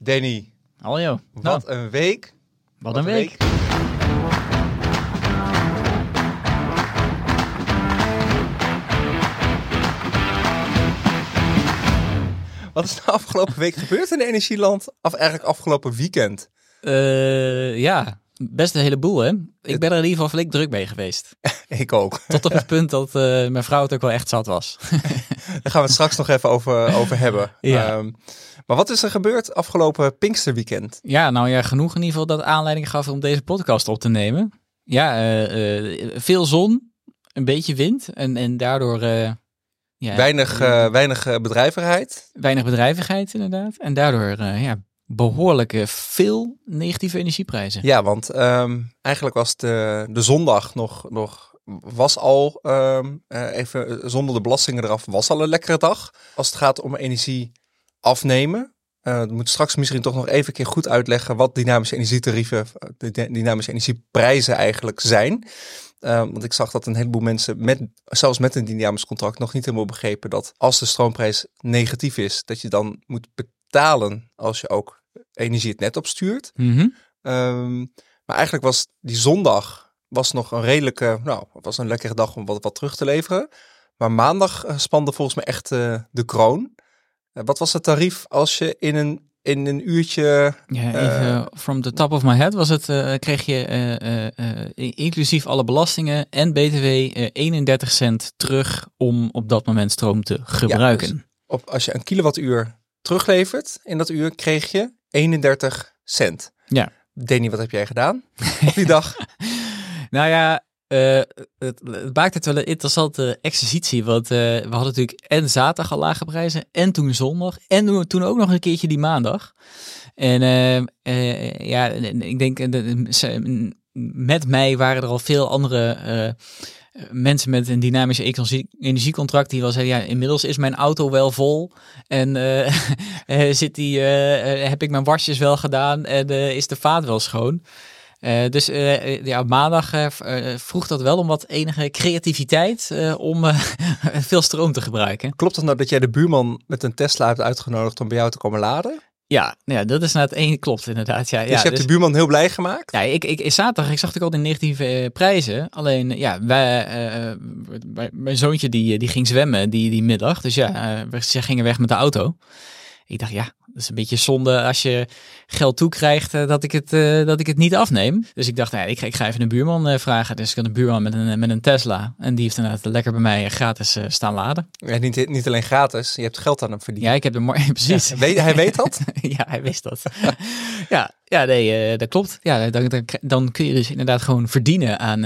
Danny. Hallo. Wat een week. Wat een week. Wat is de afgelopen week gebeurd in Energieland? Of eigenlijk afgelopen weekend? Ja, best een heleboel hè. Ik ben er in ieder geval flink druk mee geweest. Ik ook. Tot op het punt dat mijn vrouw het ook wel echt zat was. Daar gaan we het straks nog even over hebben. Ja. Maar wat is er gebeurd afgelopen Pinksterweekend? Ja, nou ja, genoeg in ieder geval dat aanleiding gaf om deze podcast op te nemen. Ja, veel zon, een beetje wind en daardoor... Weinig bedrijvigheid. Weinig bedrijvigheid inderdaad. En daardoor behoorlijk veel negatieve energieprijzen. Ja, want eigenlijk was de zondag was al, even zonder de belastingen eraf, was al een lekkere dag. Als het gaat om energie afnemen. Ik moet straks misschien toch nog even een keer goed uitleggen wat dynamische energietarieven, de dynamische energieprijzen eigenlijk zijn. Want ik zag dat een heleboel mensen, zelfs met een dynamisch contract, nog niet helemaal begrepen dat als de stroomprijs negatief is, dat je dan moet betalen als je ook energie het net opstuurt. Mm-hmm. Maar eigenlijk was die zondag nog een redelijke, was een lekkere dag om wat terug te leveren. Maar maandag spande volgens mij echt de kroon. Wat was het tarief als je in een uurtje... Ja, even from the top of my head was het, kreeg je inclusief alle belastingen en BTW 31 cent terug om op dat moment stroom te gebruiken. Ja, dus als je een kilowattuur teruglevert in dat uur, kreeg je 31 cent. Ja. Danny, wat heb jij gedaan op die dag? Nou ja, het maakt het wel een interessante exercitie. Want we hadden natuurlijk en zaterdag al lage prijzen. En toen zondag. En toen ook nog een keertje die maandag. En ik denk met mij waren er al veel andere mensen met een dynamisch energiecontract die wel zeiden, ja, inmiddels is mijn auto wel vol. En heb ik mijn wasjes wel gedaan en is de vaat wel schoon. Dus maandag vroeg dat wel om wat enige creativiteit om veel stroom te gebruiken. Klopt het nou dat jij de buurman met een Tesla hebt uitgenodigd om bij jou te komen laden? Ja, dat is nou het ene, klopt inderdaad. Ja, dus je hebt de buurman heel blij gemaakt? Ja, ik zaterdag, ik zag natuurlijk al de negatieve prijzen. Alleen, ja, mijn zoontje die ging zwemmen die middag. Dus ja, ze gingen weg met de auto. Ik dacht, ja, dat is een beetje zonde als je geld toekrijgt dat ik het niet afneem. Dus ik dacht, ik ga even een buurman vragen. Dus ik had een buurman met een Tesla. En die heeft inderdaad lekker bij mij gratis staan laden. Ja, niet alleen gratis, je hebt geld aan hem verdiend. Ja, ik heb precies. Ja, hij weet dat? Ja, hij wist dat. Ja, nee, dat klopt. Ja, dan kun je dus inderdaad gewoon verdienen aan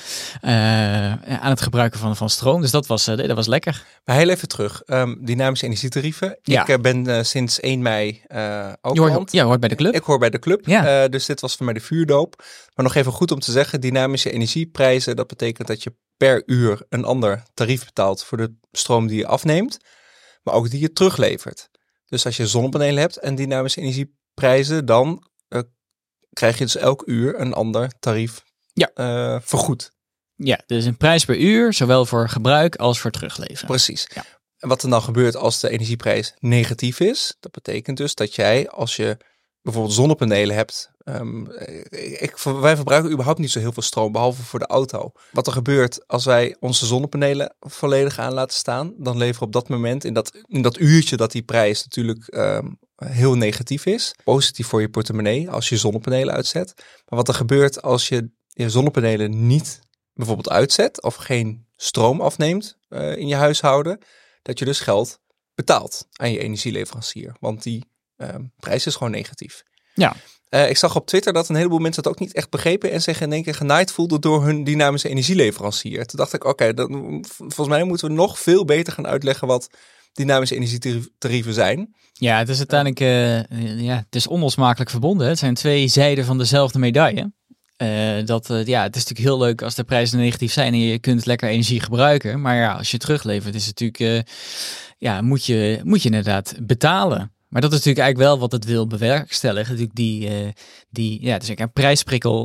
het gebruiken van stroom. Dus dat was lekker. Maar heel even terug. Dynamische energietarieven. Ja. Ik ben sinds 1 mei ook hoort bij de club. Ik hoor bij de club. Ja. Dus dit was voor mij de vuurdoop. Maar nog even goed om te zeggen, dynamische energieprijzen, dat betekent dat je per uur een ander tarief betaalt voor de stroom die je afneemt, maar ook die je teruglevert. Dus als je zonnepanelen hebt en dynamische energieprijzen, dan krijg je dus elk uur een ander tarief vergoed. Ja, dus een prijs per uur, zowel voor gebruik als voor terugleveren. Precies. Ja. En wat er dan gebeurt als de energieprijs negatief is, dat betekent dus dat jij, als je bijvoorbeeld zonnepanelen hebt, wij verbruiken überhaupt niet zo heel veel stroom, behalve voor de auto. Wat er gebeurt als wij onze zonnepanelen volledig aan laten staan, dan leveren we op dat moment, in dat uurtje dat die prijs natuurlijk heel negatief is, positief voor je portemonnee als je zonnepanelen uitzet. Maar wat er gebeurt als je zonnepanelen niet bijvoorbeeld uitzet of geen stroom afneemt in je huishouden, dat je dus geld betaalt aan je energieleverancier. Want die prijs is gewoon negatief. Ja. Ik zag op Twitter dat een heleboel mensen het ook niet echt begrepen en zich in één keer genaaid voelden door hun dynamische energieleverancier. Toen dacht ik, volgens mij moeten we nog veel beter gaan uitleggen wat dynamische energietarieven zijn. Ja, het is uiteindelijk het is onlosmakelijk verbonden. Het zijn twee zijden van dezelfde medaille. Het is natuurlijk heel leuk als de prijzen negatief zijn en je kunt lekker energie gebruiken. Maar ja, als je teruglevert is het natuurlijk, moet je inderdaad betalen. Maar dat is natuurlijk eigenlijk wel wat het wil bewerkstelligen. Natuurlijk het is een prijsprikkel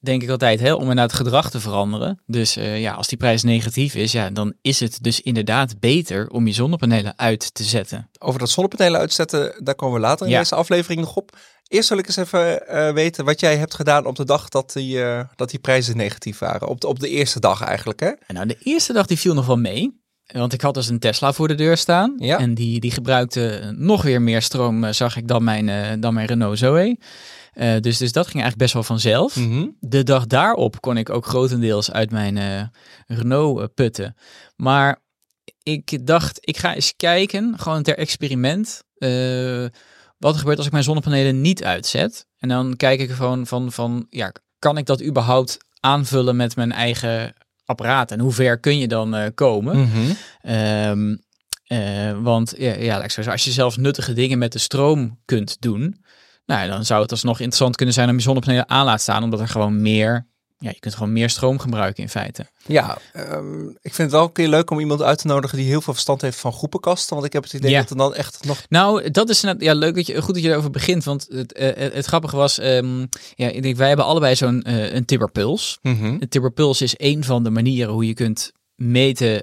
denk ik altijd, om inderdaad het gedrag te veranderen. Dus als die prijs negatief is, dan is het dus inderdaad beter om je zonnepanelen uit te zetten. Over dat zonnepanelen uitzetten, daar komen we later in deze aflevering nog op. Eerst wil ik eens even weten wat jij hebt gedaan op de dag dat die prijzen negatief waren. Op de eerste dag eigenlijk, hè? Nou, de eerste dag die viel nog wel mee. Want ik had dus een Tesla voor de deur staan. Ja. En die gebruikte nog weer meer stroom, zag ik, dan mijn Renault Zoe. Dus dat ging eigenlijk best wel vanzelf. Mm-hmm. De dag daarop kon ik ook grotendeels uit mijn Renault putten. Maar ik dacht, ik ga eens kijken, gewoon ter experiment, wat er gebeurt als ik mijn zonnepanelen niet uitzet. En dan kijk ik gewoon van kan ik dat überhaupt aanvullen met mijn eigen apparaat? En hoe ver kun je dan komen? Mm-hmm. Want laat ik zeggen, als je zelfs nuttige dingen met de stroom kunt doen, nou, dan zou het alsnog interessant kunnen zijn om je zonnepanelen aan laat staan, omdat er gewoon meer, je kunt gewoon meer stroom gebruiken in feite. Ja, ik vind het wel een keer leuk om iemand uit te nodigen die heel veel verstand heeft van groepenkasten, want ik heb het idee dat er dan echt nog... Nou, dat is leuk goed dat je erover begint, want het grappige was, ik denk, wij hebben allebei zo'n een Tibber Pulse. Mm-hmm. Een Tibber Pulse is één van de manieren hoe je kunt meten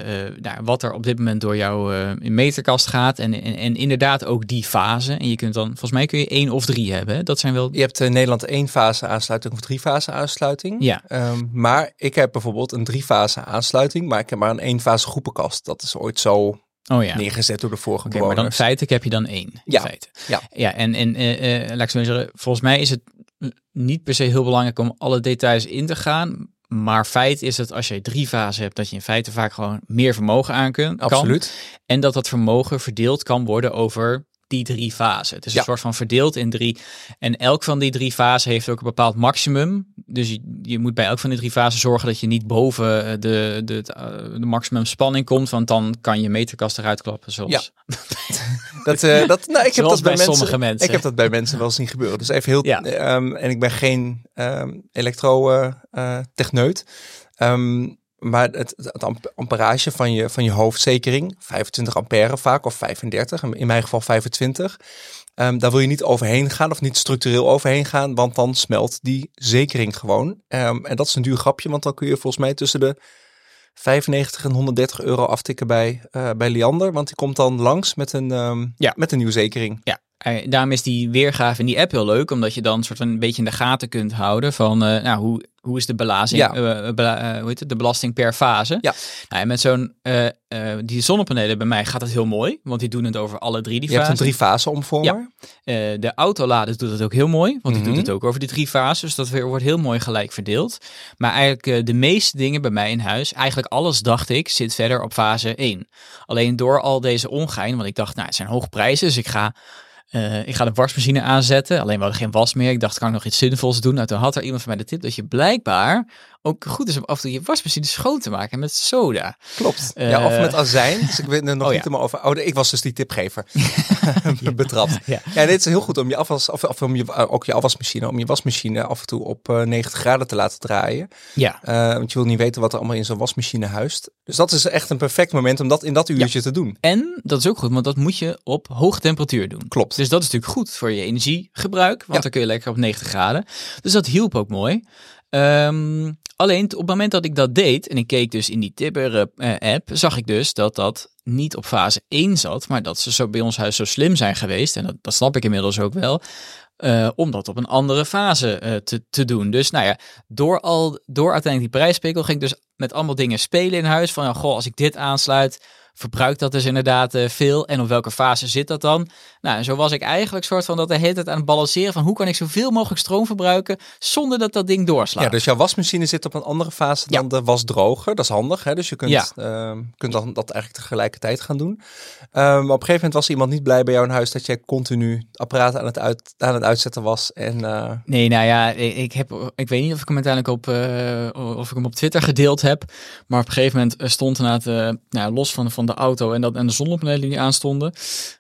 wat er op dit moment door jouw meterkast gaat en inderdaad ook die fase. En je kunt dan, volgens mij kun je 1 of 3 hebben. Hè? Dat zijn wel... Je hebt in Nederland 1 fase aansluiting of 3 fase aansluiting. Ja. Maar ik heb bijvoorbeeld een 3 fase aansluiting, maar ik heb maar een 1 fase groepenkast. Dat is ooit zo neergezet door de vorige bewoners. Maar dan feitelijk heb je dan 1. Ja, en laat ik zo zeggen, volgens mij is het niet per se heel belangrijk om alle details in te gaan. Maar feit is dat als je 3 fasen hebt, dat je in feite vaak gewoon meer vermogen aan kan. Absoluut. En dat vermogen verdeeld kan worden over die 3 fasen. Het is een soort van verdeeld in 3. En elk van die 3 fasen heeft ook een bepaald maximum. Dus je moet bij elk van die 3 fasen zorgen dat je niet boven de maximum spanning komt. Want dan kan je meterkast eruit klappen. Zoals... Ja. Ik heb dat bij sommige mensen. Ik heb dat bij mensen wel zien gebeuren. Dus even heel... en ik ben geen elektro-techneut. Maar het amperage van je hoofdzekering, 25 ampère vaak, of 35, in mijn geval 25. Daar wil je niet overheen gaan of niet structureel overheen gaan, want dan smelt die zekering gewoon. En dat is een duur grapje, want dan kun je volgens mij tussen de 95 en 130 euro aftikken bij Liander, want die komt dan langs met een nieuwe zekering. Ja. Daarom is die weergave in die app heel leuk, omdat je dan soort van een beetje in de gaten kunt houden van hoe is de belazing, de belasting per fase. Ja. Nou, en met zo'n die zonnepanelen bij mij gaat het heel mooi, want die doen het over alle 3 die fasen. Je hebt een 3-fase omvormer. Ja. De autolader doet het ook heel mooi, want die doet het ook over die 3 fases. Dus dat wordt heel mooi gelijk verdeeld. Maar eigenlijk de meeste dingen bij mij in huis, eigenlijk alles dacht ik, zit verder op fase 1. Alleen door al deze ongein, want ik dacht, het zijn hoge prijzen, dus ik ga de wasmachine aanzetten. Alleen we hadden geen was meer. Ik dacht, kan ik nog iets zinvols doen? Nou, toen had er iemand van mij de tip dat je blijkbaar ook goed is om af en toe je wasmachine schoon te maken met soda. Klopt. Of met azijn. Dus ik weet er nog niet helemaal over. Ik was dus die tipgever. Betrapt. Ja, dit is heel goed om je afwas, of om ook je afwasmachine, om je wasmachine af en toe op 90 graden te laten draaien. Ja. Want je wil niet weten wat er allemaal in zo'n wasmachine huist. Dus dat is echt een perfect moment om dat in dat uurtje te doen. En dat is ook goed, want dat moet je op hoge temperatuur doen. Klopt. Dus dat is natuurlijk goed voor je energiegebruik, want dan kun je lekker op 90 graden. Dus dat hielp ook mooi. Alleen op het moment dat ik dat deed en ik keek dus in die Tibber-app, zag ik dus dat niet op fase 1 zat, maar dat ze zo bij ons huis zo slim zijn geweest, en dat snap ik inmiddels ook wel, om dat op een andere fase te doen. Dus door uiteindelijk die prijspikkel ging ik dus met allemaal dingen spelen in huis, van als ik dit aansluit, verbruikt dat dus inderdaad veel. En op welke fase zit dat dan? Nou, en zo was ik eigenlijk soort van dat de hele tijd aan het balanceren van hoe kan ik zoveel mogelijk stroom verbruiken zonder dat dat ding doorslaat. Ja, dus jouw wasmachine zit op een andere fase dan de wasdroger. Dat is handig, hè? Dus je kunt dan dat eigenlijk tegelijkertijd gaan doen. Maar op een gegeven moment was iemand niet blij bij jou in huis dat jij continu het apparaat aan het uitzetten was. En, Nee, ik weet niet of ik hem uiteindelijk of ik hem op Twitter gedeeld heb. Maar op een gegeven moment stond inderdaad los van de auto en de zonnepanelen die aanstonden.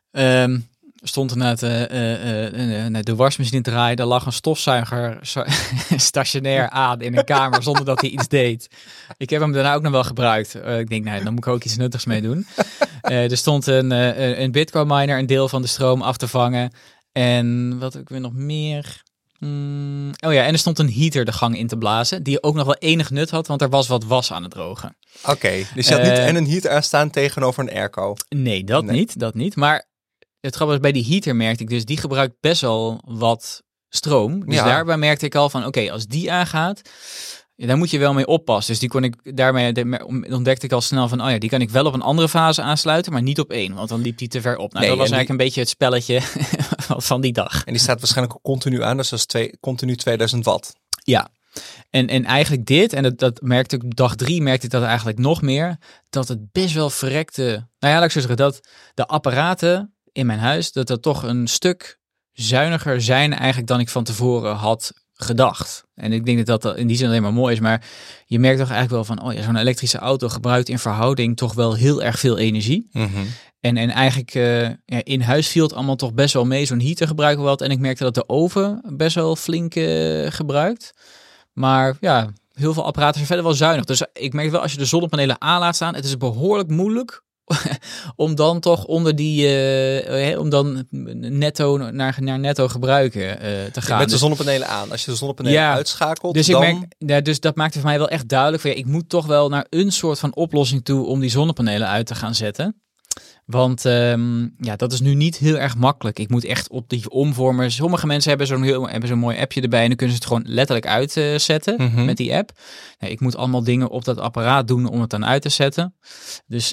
Stond inderdaad de wasmachine draaien. Daar lag een stofzuiger stationair aan in een kamer zonder dat hij iets deed. Ik heb hem daarna ook nog wel gebruikt. Ik denk, dan moet ik ook iets nuttigs mee doen. Er stond een Bitcoin miner een deel van de stroom af te vangen. En wat ook weer nog meer. Oh ja, en er stond een heater de gang in te blazen, die ook nog wel enig nut had, want er was wat was aan het drogen. Oké, dus je had niet en een heater aanstaan tegenover een airco. Nee, dat niet. Maar het grappige is, bij die heater merkte ik dus, die gebruikt best wel wat stroom. Dus daarbij merkte ik al van, oké, als die aangaat, daar moet je wel mee oppassen. Dus die kon ik daarmee ontdekte ik al snel van, die kan ik wel op een andere fase aansluiten, maar niet op één, want dan liep die te ver op. Nou, dat was eigenlijk een beetje het spelletje van die dag. En die staat waarschijnlijk ook continu aan, dus dat is continu 2000 watt. Ja. En eigenlijk dit, en dat merkte ik, dag 3 merkte ik dat eigenlijk nog meer, dat het best wel verrekte, nou ja, laat ik zo zeggen, dat de apparaten in mijn huis, dat er toch een stuk zuiniger zijn eigenlijk dan ik van tevoren had gedacht. En ik denk dat in die zin alleen maar mooi is, maar je merkt toch eigenlijk wel van, zo'n elektrische auto gebruikt in verhouding toch wel heel erg veel energie. Mm-hmm. En eigenlijk in huis viel het allemaal toch best wel mee. Zo'n heater gebruiken we wat. En ik merkte dat de oven best wel flink gebruikt. Maar ja, heel veel apparaten zijn verder wel zuinig. Dus ik merk wel, als je de zonnepanelen aan laat staan, het is behoorlijk moeilijk om dan toch onder die, om dan netto naar netto gebruiken te gaan. Met de zonnepanelen aan. Als je de zonnepanelen uitschakelt, dus dan... Dus dat maakte voor mij wel echt duidelijk van, ik moet toch wel naar een soort van oplossing toe om die zonnepanelen uit te gaan zetten. Want dat is nu niet heel erg makkelijk. Ik moet echt op die omvormer. Sommige mensen hebben zo'n mooi appje erbij en dan kunnen ze het gewoon letterlijk uitzetten met die app. Nee, ik moet allemaal dingen op dat apparaat doen om het dan uit te zetten. Dus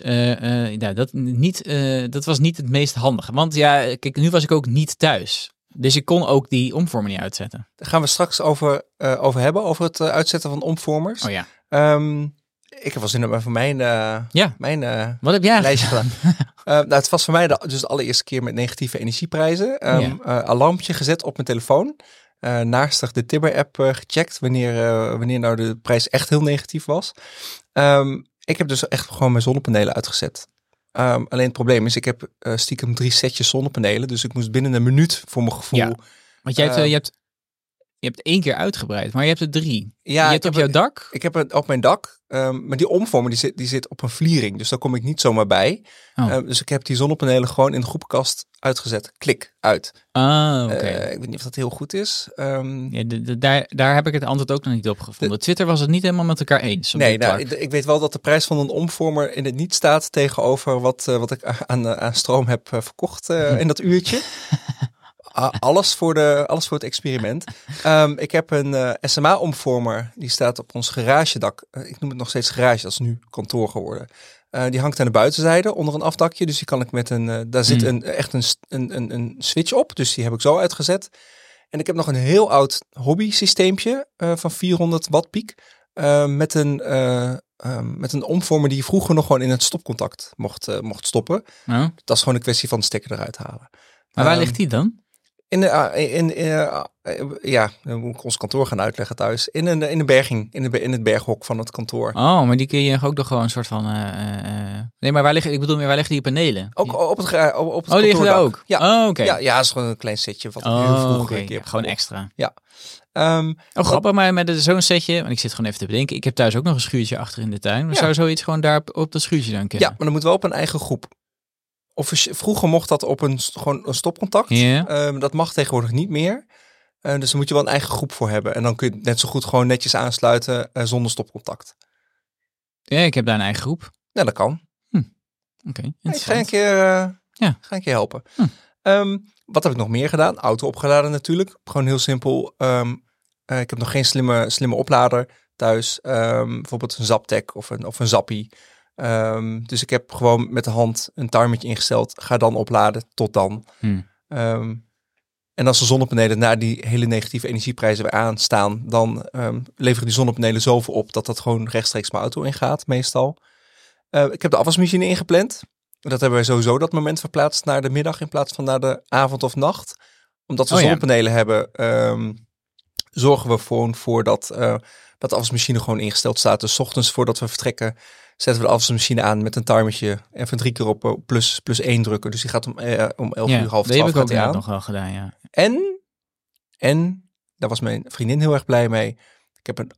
dat was niet het meest handige. Want ja, kijk, nu was ik ook niet thuis. Dus ik kon ook die omvormer niet uitzetten. Daar gaan we straks over hebben, over het uitzetten van omvormers. Oh ja. Ik heb wel zin in voor mijn Wat heb jij lijstje gedaan. Het was voor mij dus de allereerste keer met negatieve energieprijzen. Alarmpje gezet op mijn telefoon. Naastig de Tibber-app gecheckt wanneer nou de prijs echt heel negatief was. Ik heb dus echt gewoon mijn zonnepanelen uitgezet. Alleen het probleem is, ik heb stiekem 3 setjes zonnepanelen. Dus ik moest binnen een minuut voor mijn gevoel... Ja, want je hebt 1 keer uitgebreid, maar je hebt er 3. Ja, je hebt op jouw dak? Ik heb het op mijn dak. Maar die omvormer die zit op een vliering. Dus daar kom ik niet zomaar bij. Dus ik heb die zonnepanelen gewoon in de groepenkast uitgezet. Klik, uit. Ik weet niet of dat heel goed is. Daar heb ik het antwoord ook nog niet op gevonden. Twitter was het niet helemaal met elkaar eens. Nee, ik weet wel dat de prijs van een omvormer in het niet staat tegenover wat ik aan stroom heb verkocht in dat uurtje. Alles voor het experiment. Ik heb een SMA-omvormer. Die staat op ons garagedak. Ik noem het nog steeds garage. Dat is nu kantoor geworden. Die hangt aan de buitenzijde onder een afdakje. Dus die kan ik met daar zit een switch op. Dus die heb ik zo uitgezet. En ik heb nog een heel oud hobby systeempje van 400 watt piek. Met een omvormer die vroeger nog gewoon in het stopcontact mocht stoppen. Dat is gewoon een kwestie van de stekker eruit halen. Maar waar ligt die dan? Dan moet ik ons kantoor gaan uitleggen thuis. In de berging, in het berghok van het kantoor. Oh, maar die kun je ook nog gewoon een soort van... Nee, maar waar liggen die panelen? Ook op het kantoordak. Die liggen daar ook? Ja. Oh, oké. Ja, dat is gewoon een klein setje. Wat ik heel vroeger een keer gewoon extra. Ja. Grappig, maar met zo'n setje, want ik zit gewoon even te bedenken. Ik heb thuis ook nog een schuurtje achter in de tuin. Zou zoiets gewoon daar op dat schuurtje dan kunnen? Ja, maar dan moet wel op een eigen groep. Vroeger mocht dat op gewoon een stopcontact. Yeah. Dat mag tegenwoordig niet meer. Dus daar moet je wel een eigen groep voor hebben. En dan kun je het net zo goed gewoon netjes aansluiten zonder stopcontact. Ja, ik heb daar een eigen groep. Ja, dat kan. Oké. Ik ga een keer helpen. Wat heb ik nog meer gedaan? Auto opgeladen natuurlijk. Gewoon heel simpel. Ik heb nog geen slimme oplader thuis. Bijvoorbeeld een Zaptec of een Zappie. Dus ik heb gewoon met de hand een timertje ingesteld. Ga dan opladen, tot dan. En als de zonnepanelen na die hele negatieve energieprijzen weer aanstaan, dan leveren die zonnepanelen zoveel op dat gewoon rechtstreeks mijn auto ingaat, meestal. Ik heb de afwasmachine ingepland. Dat hebben wij sowieso dat moment verplaatst naar de middag in plaats van naar de avond of nacht. Omdat we zonnepanelen hebben, zorgen we gewoon voor dat de afwasmachine gewoon ingesteld staat. Dus 's ochtends voordat we vertrekken, zetten we de afwasmachine aan met een timertje. Even 3 keer op plus 1 drukken. Dus die gaat om 11 uur, half 12 dat heb ik ook aan. nog wel gedaan, ja. En daar was mijn vriendin heel erg blij mee. Ik heb een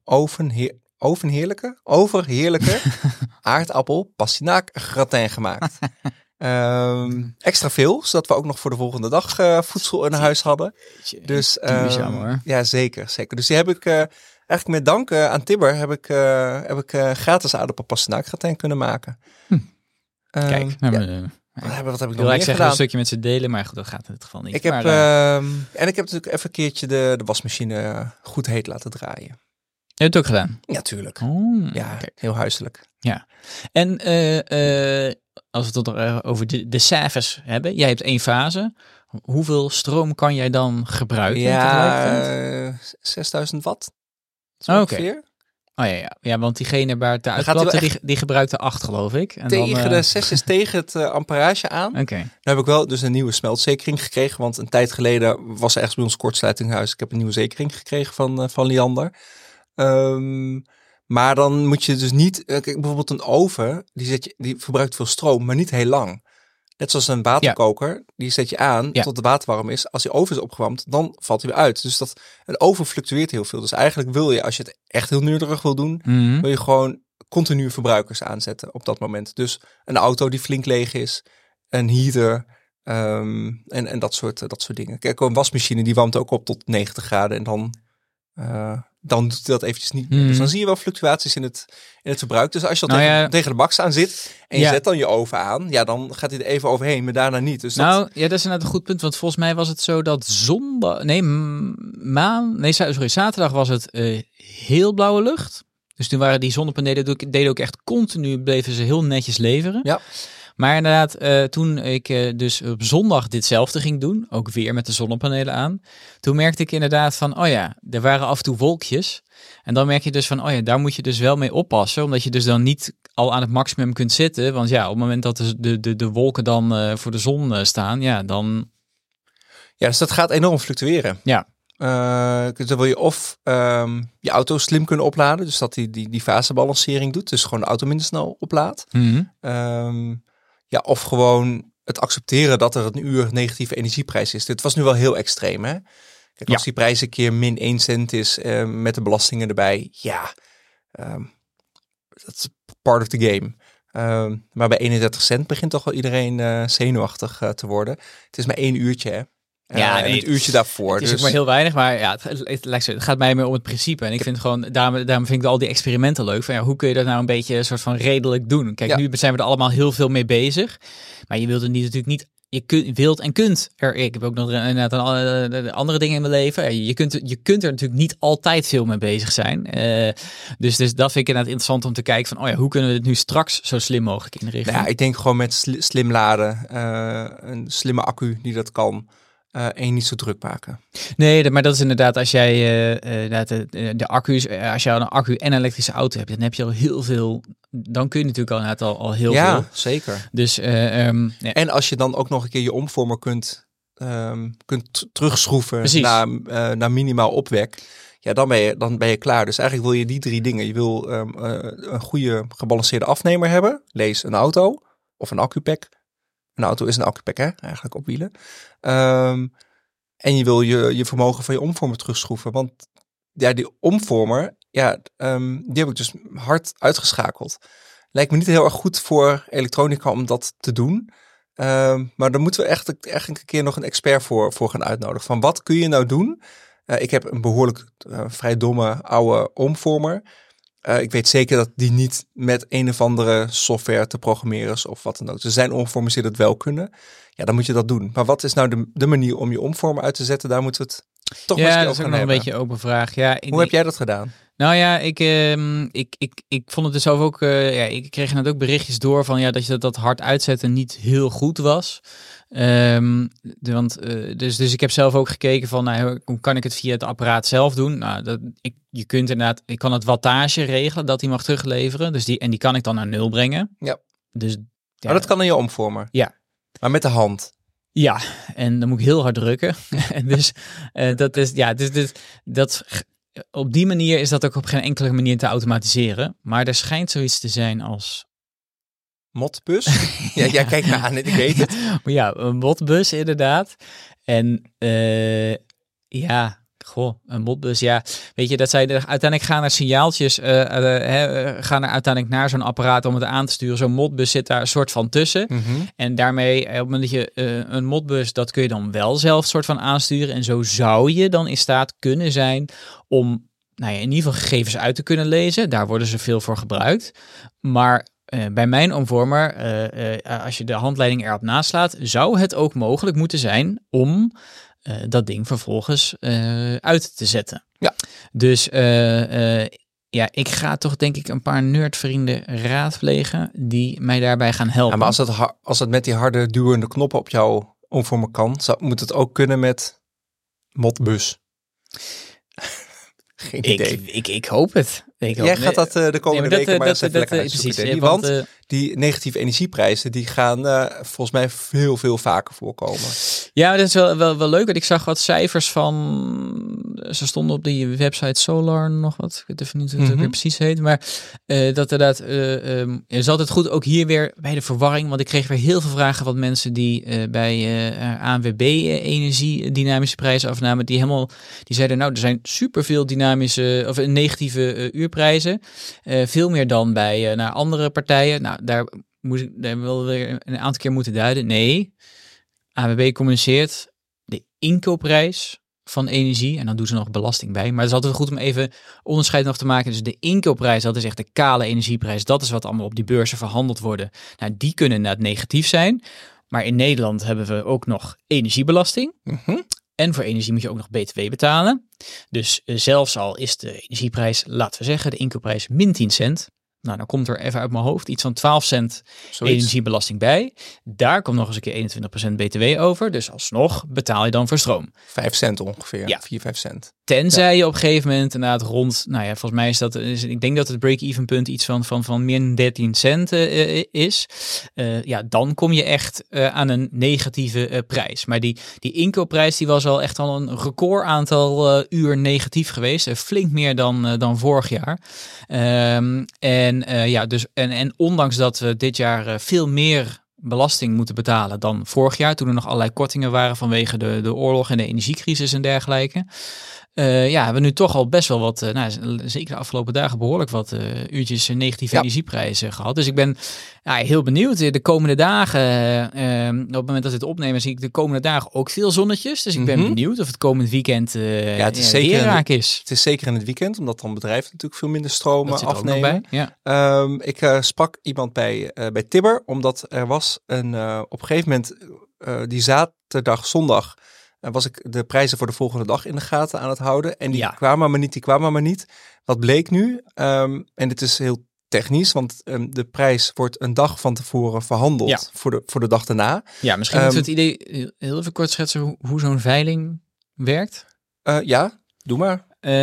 overheerlijke aardappel pastinaak gratin gemaakt. Extra veel, zodat we ook nog voor de volgende dag voedsel in huis hadden. Dus duurzaam hoor. ja, zeker. Dus die heb ik eigenlijk met dank aan Tibber heb ik gratis aardappelpastinaakgratijn kunnen maken. Kijk, wat heb ik nog meer gedaan? Een stukje met ze delen, maar goed, dat gaat in dit geval niet. Ik heb en ik heb natuurlijk even een keertje de wasmachine goed heet laten draaien. Je hebt het ook gedaan? Ja, tuurlijk. Ja, okay. Heel huiselijk. Ja. En als we het over de cijfers hebben, jij hebt 1 fase. Hoeveel stroom kan jij dan gebruiken? Ja, 6000 watt. Oké. Oh ja, want diegene waar het uitklapte, die gebruikte 8, geloof ik. En tegen de 6 is tegen het amperage aan. Oké. Nu heb ik wel dus een nieuwe smeltzekering gekregen, want een tijd geleden was er ergens bij ons kortsluiting in huis. Ik heb een nieuwe zekering gekregen van Liander. Maar dan moet je dus niet, kijk, bijvoorbeeld een oven, die verbruikt veel stroom, maar niet heel lang. Net zoals een waterkoker, die zet je aan tot het water warm is. Als die oven is opgewarmd, dan valt hij weer uit. Dus een oven fluctueert heel veel. Dus eigenlijk wil je, als je het echt heel neurderig wil doen, wil je gewoon continu verbruikers aanzetten op dat moment. Dus een auto die flink leeg is, een heater en dat soort dingen. Kijk, een wasmachine die warmt ook op tot 90 graden en dan doet hij dat eventjes niet meer. Dus dan zie je wel fluctuaties in het verbruik. Dus als je tegen de max aan zit en je zet dan je oven aan, ja, dan gaat hij er even overheen, maar daarna niet. Dus dat is inderdaad een goed punt, want volgens mij was het zo dat zaterdag was het heel blauwe lucht. Dus toen waren die zonnepanelen, deden ook echt continu, bleven ze heel netjes leveren. Ja. Maar inderdaad, toen ik dus op zondag ditzelfde ging doen, ook weer met de zonnepanelen aan, toen merkte ik inderdaad van, er waren af en toe wolkjes. En dan merk je dus van, daar moet je dus wel mee oppassen, omdat je dus dan niet al aan het maximum kunt zitten. Want ja, op het moment dat de wolken dan voor de zon staan, dan... Ja, dus dat gaat enorm fluctueren. Ja. Dan wil je of je auto slim kunnen opladen, dus dat die fasebalancering doet, dus gewoon de auto minder snel oplaadt. Ja, of gewoon het accepteren dat er een uur negatieve energieprijs is. Dit was nu wel heel extreem, hè? Kijk, als die prijs een keer min 1 cent is met de belastingen erbij, dat is part of the game. Maar bij 31 cent begint toch wel iedereen zenuwachtig te worden. Het is maar 1 uurtje, hè? Het uurtje daarvoor. Het is ook maar heel weinig, maar ja, het gaat mij meer om het principe. En ik vind gewoon, daarom vind ik al die experimenten leuk. Van, hoe kun je dat nou een beetje een soort van redelijk doen? Kijk, nu zijn we er allemaal heel veel mee bezig. Maar je wilt het natuurlijk niet. Je wilt en kunt er. Ik heb ook nog inderdaad andere dingen in mijn leven. Je kunt er natuurlijk niet altijd veel mee bezig zijn. Dus dat vind ik inderdaad interessant om te kijken van, hoe kunnen we het nu straks zo slim mogelijk inrichten? Nou ja, ik denk gewoon met slim laden, een slimme accu die dat kan. En je niet zo druk maken. Nee, maar dat is inderdaad als jij de accu's, als je een accu en een elektrische auto hebt, dan heb je al heel veel. Dan kun je natuurlijk al heel veel. Ja, zeker. Dus en als je dan ook nog een keer je omvormer kunt terugschroeven naar minimaal opwek, ja, dan ben je klaar. Dus eigenlijk wil je die 3 dingen. Je wil een goede gebalanceerde afnemer hebben. Lees een auto of een accupack. Een auto is een accupack, hè? Eigenlijk op wielen. En je wil je vermogen van je omvormer terugschroeven. Want ja, die omvormer, die heb ik dus hard uitgeschakeld. Lijkt me niet heel erg goed voor elektronica om dat te doen. Maar dan moeten we echt een keer nog een expert voor gaan uitnodigen. Van wat kun je nou doen? Ik heb een behoorlijk vrij domme oude omvormer. Ik weet zeker dat die niet met een of andere software te programmeren is of wat dan ook. Er zijn omvormers die dat wel kunnen. Ja, dan moet je dat doen. Maar wat is nou de manier om je omvormer uit te zetten? Daar moeten we het toch eens over dat is ook nog hebben. Een beetje open vraag. Ja, hoe heb jij dat gedaan? Nou ja, ik vond het dus zelf ook. Ik kreeg net ook berichtjes door van dat je dat hard uitzetten niet heel goed was. Dus ik heb zelf ook gekeken van hoe kan ik het via het apparaat zelf doen? Nou, je kunt inderdaad, ik kan het wattage regelen dat hij mag terugleveren. Dus die kan ik dan naar 0 brengen. Ja. Dus maar dat kan in je omvormer. Ja. Maar met de hand. Ja, en dan moet ik heel hard drukken. Dus dat is dat. Op die manier is dat ook op geen enkele manier te automatiseren. Maar er schijnt zoiets te zijn als Modbus? Ja, kijk me aan, ik weet het. Maar ja, een modbus inderdaad. En Goh, een modbus, ja. Weet je, dat zij uiteindelijk gaan er signaaltjes, gaan er uiteindelijk naar zo'n apparaat om het aan te sturen. Zo'n modbus zit daar een soort van tussen. Mhm. En daarmee, op het moment dat je een modbus, dat kun je dan wel zelf soort van aansturen. En zo zou je dan in staat kunnen zijn om, nou ja, in ieder geval gegevens uit te kunnen lezen. Daar worden ze veel voor gebruikt. Maar bij mijn omvormer, als je de handleiding erop naslaat, zou het ook mogelijk moeten zijn om dat ding vervolgens uit te zetten. Ja. Dus ja, ik ga toch denk ik een paar nerdvrienden raadplegen die mij daarbij gaan helpen. Ja, maar als het met die harde duwende knoppen op jouw omvormer kan, moet het ook kunnen met Modbus. Geen idee. Ik hoop het. Jij gaat dat de komende weken maar eens even lekker uitzoeken. Precies, want die negatieve energieprijzen, die gaan volgens mij veel vaker voorkomen. Ja, dat is wel leuk. Want ik zag wat cijfers van... Ze stonden op die website Solar nog wat. Ik weet even niet hoe het ook weer precies heet. Maar dat inderdaad... is altijd goed, ook hier weer bij de verwarring. Want ik kreeg weer heel veel vragen van mensen die bij ANWB energie dynamische prijzen afnamen. Die zeiden, nou, er zijn superveel dynamische of negatieve uurprijzen. Veel meer dan bij naar andere partijen. Nou, daar hebben we wel weer een aantal keer moeten duiden. Nee, ANWB communiceert de inkoopprijs van energie. En dan doen ze nog belasting bij. Maar het is altijd goed om even onderscheid nog te maken. Dus de inkoopprijs, dat is echt de kale energieprijs. Dat is wat allemaal op die beurzen verhandeld worden. Nou, die kunnen inderdaad negatief zijn. Maar in Nederland hebben we ook nog energiebelasting. En voor energie moet je ook nog BTW betalen. Dus zelfs al is de energieprijs, laten we zeggen, de inkoopprijs min 10 cent. Nou, dan komt er even uit mijn hoofd iets van 12 cent energiebelasting bij. Daar komt nog eens een keer 21% BTW over. Dus alsnog betaal je dan voor stroom. 5 cent ongeveer. Ja. 4-5 cent. Tenzij je op een gegeven moment inderdaad rond, nou ja, volgens mij is dat, ik denk dat het break-even punt iets van min 13 cent is. Ja, dan kom je echt aan een negatieve prijs. Maar die inkoopprijs die was al echt al een record aantal uur negatief geweest. Flink meer dan vorig jaar. En ondanks dat we dit jaar veel meer belasting moeten betalen dan vorig jaar, toen er nog allerlei kortingen waren vanwege de oorlog en de energiecrisis en dergelijke. Hebben we nu toch al best wel wat, zeker de afgelopen dagen behoorlijk wat uurtjes negatieve energieprijzen gehad. Dus ik ben heel benieuwd. De komende dagen, op het moment dat we het opnemen, zie ik de komende dagen ook veel zonnetjes. Dus ik ben benieuwd of het komend weekend het is zeker raak is. Het is zeker in het weekend, omdat dan bedrijven natuurlijk veel minder stroom afnemen. Ook nog bij. Ja. Ik sprak iemand bij Tibber, omdat er was op een gegeven moment die zaterdag, zondag, was ik de prijzen voor de volgende dag in de gaten aan het houden. En die kwamen maar niet. Wat bleek nu? En dit is heel technisch, want de prijs wordt een dag van tevoren verhandeld voor de dag daarna. Ja, misschien moeten we het idee heel even kort schetsen hoe zo'n veiling werkt. Ja, doe maar.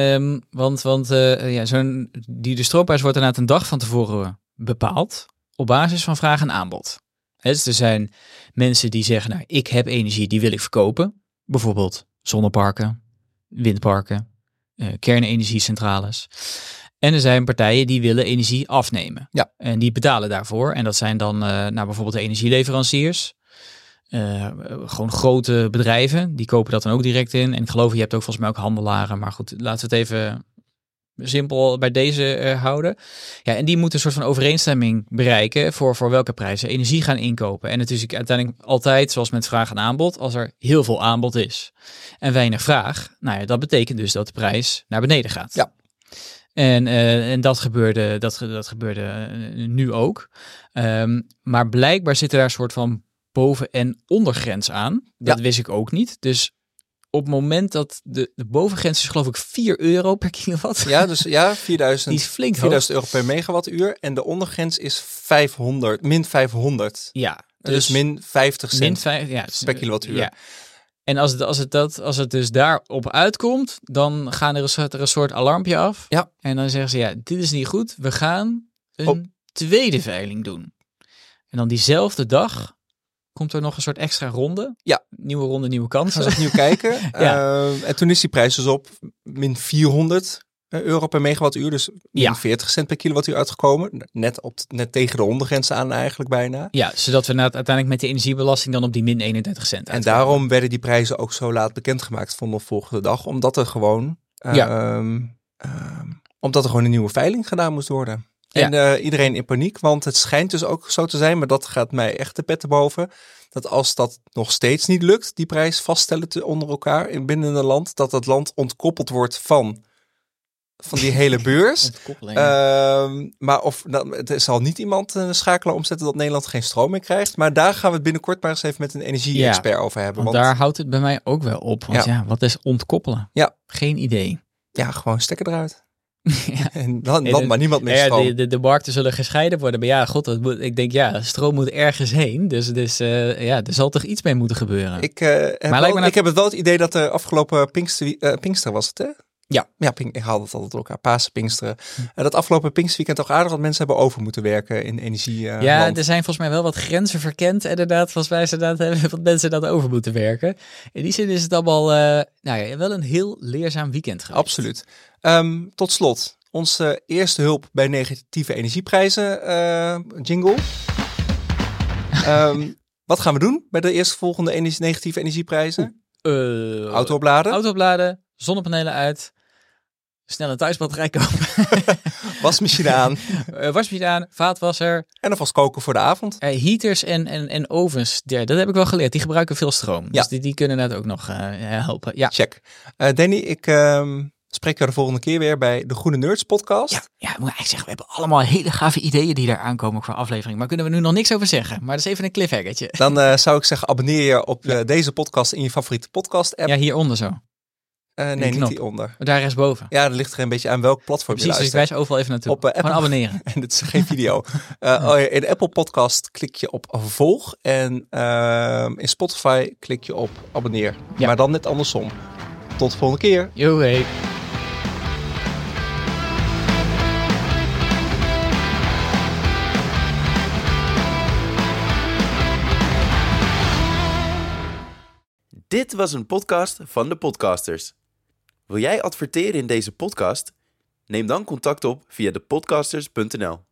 De stroomprijs wordt inderdaad een dag van tevoren bepaald op basis van vraag en aanbod. Dus er zijn mensen die zeggen, nou, ik heb energie, die wil ik verkopen. Bijvoorbeeld zonneparken, windparken, kernenergiecentrales. En er zijn partijen die willen energie afnemen. Ja. En die betalen daarvoor. En dat zijn dan bijvoorbeeld de energieleveranciers. Gewoon grote bedrijven. Die kopen dat dan ook direct in. En ik geloof, je hebt ook volgens mij ook handelaren. Maar goed, laten we het even simpel bij deze houden. Ja, en die moeten een soort van overeenstemming bereiken voor welke prijzen energie gaan inkopen. En het is uiteindelijk altijd, zoals met vraag en aanbod, als er heel veel aanbod is en weinig vraag, nou ja, dat betekent dus dat de prijs naar beneden gaat. Ja. En dat gebeurde nu ook. Maar blijkbaar zit er daar een soort van boven- en ondergrens aan. Dat wist ik ook niet. Dus op het moment dat de bovengrens is geloof ik €4 per kilowatt. Ja, dus 4000. Die is flink €4.000 per megawattuur. En de ondergrens is min 500. Ja. Dus min 50 cent per kilowattuur. Ja. En als het dus daarop uitkomt, dan gaan er een soort alarmpje af. Ja. En dan zeggen ze, dit is niet goed. We gaan een tweede veiling doen. En dan diezelfde dag komt er nog een soort extra ronde. Ja. Nieuwe ronde, nieuwe kansen. Gaan ze opnieuw kijken. En toen is die prijs dus op min 400 euro per megawattuur. Dus min 40 cent per kilowattuur uitgekomen. Net tegen de ondergrens aan eigenlijk bijna. Ja, zodat we uiteindelijk met de energiebelasting dan op die min 31 cent uitkomen. En daarom werden die prijzen ook zo laat bekendgemaakt van de volgende dag. Omdat er gewoon een nieuwe veiling gedaan moest worden. Ja. En iedereen in paniek, want het schijnt dus ook zo te zijn, maar dat gaat mij echt de pet te boven, dat als dat nog steeds niet lukt, die prijs vaststellen onder elkaar binnen een land, dat het land ontkoppeld wordt van die hele beurs. Maar er zal niet iemand schakelaar omzetten dat Nederland geen stroom meer krijgt. Maar daar gaan we het binnenkort maar eens even met een energie-expert over hebben. Want daar houdt het bij mij ook wel op. Want wat is ontkoppelen? Ja. Geen idee. Ja, gewoon stekker eruit. En dan maar niemand meer stroom. De markten zullen gescheiden worden. Maar ja, god, ik denk stroom moet ergens heen. Dus er zal toch iets mee moeten gebeuren. Ik heb het wel het idee dat er afgelopen Pinkster was het, hè? Ja, ik haal het altijd door elkaar. Pasen, Pinksteren. Dat afgelopen Pinksterweekend toch aardig wat mensen hebben over moeten werken in energie. Er zijn volgens mij wel wat grenzen verkend. Inderdaad, volgens mij hebben wat mensen dat over moeten werken. In die zin is het allemaal wel een heel leerzaam weekend geweest. Absoluut. Tot slot, onze eerste hulp bij negatieve energieprijzen. Jingle. Wat gaan we doen bij de eerstvolgende negatieve energieprijzen? Auto opladen. Zonnepanelen uit. Snel een thuisbatterij kopen. Wasmachine aan. Wasmachine aan, vaatwasser. En alvast koken voor de avond. Heaters en ovens, dat heb ik wel geleerd. Die gebruiken veel stroom. Ja. Dus die kunnen net ook nog helpen. Ja. Check. Danny, ik spreek jou de volgende keer weer bij de Groene Nerds podcast. Ja, ik moet eigenlijk zeggen, we hebben allemaal hele gave ideeën die daar aankomen qua aflevering. Maar kunnen we nu nog niks over zeggen. Maar dat is even een cliffhangertje. Dan zou ik zeggen, abonneer je op deze podcast in je favoriete podcast app. Ja, hieronder zo. Nee, niet hieronder. Daar rechtsboven. Ja, dat ligt er een beetje aan welk platform je luistert. Dus ik wijs overal even naartoe. Op Apple. Gewoon abonneren. En dit is geen video. In de Apple podcast klik je op volg. En in Spotify klik je op abonneer. Ja. Maar dan net andersom. Tot de volgende keer. Yo, hey. Dit was een podcast van de Podcasters. Wil jij adverteren in deze podcast? Neem dan contact op via depodcasters.nl.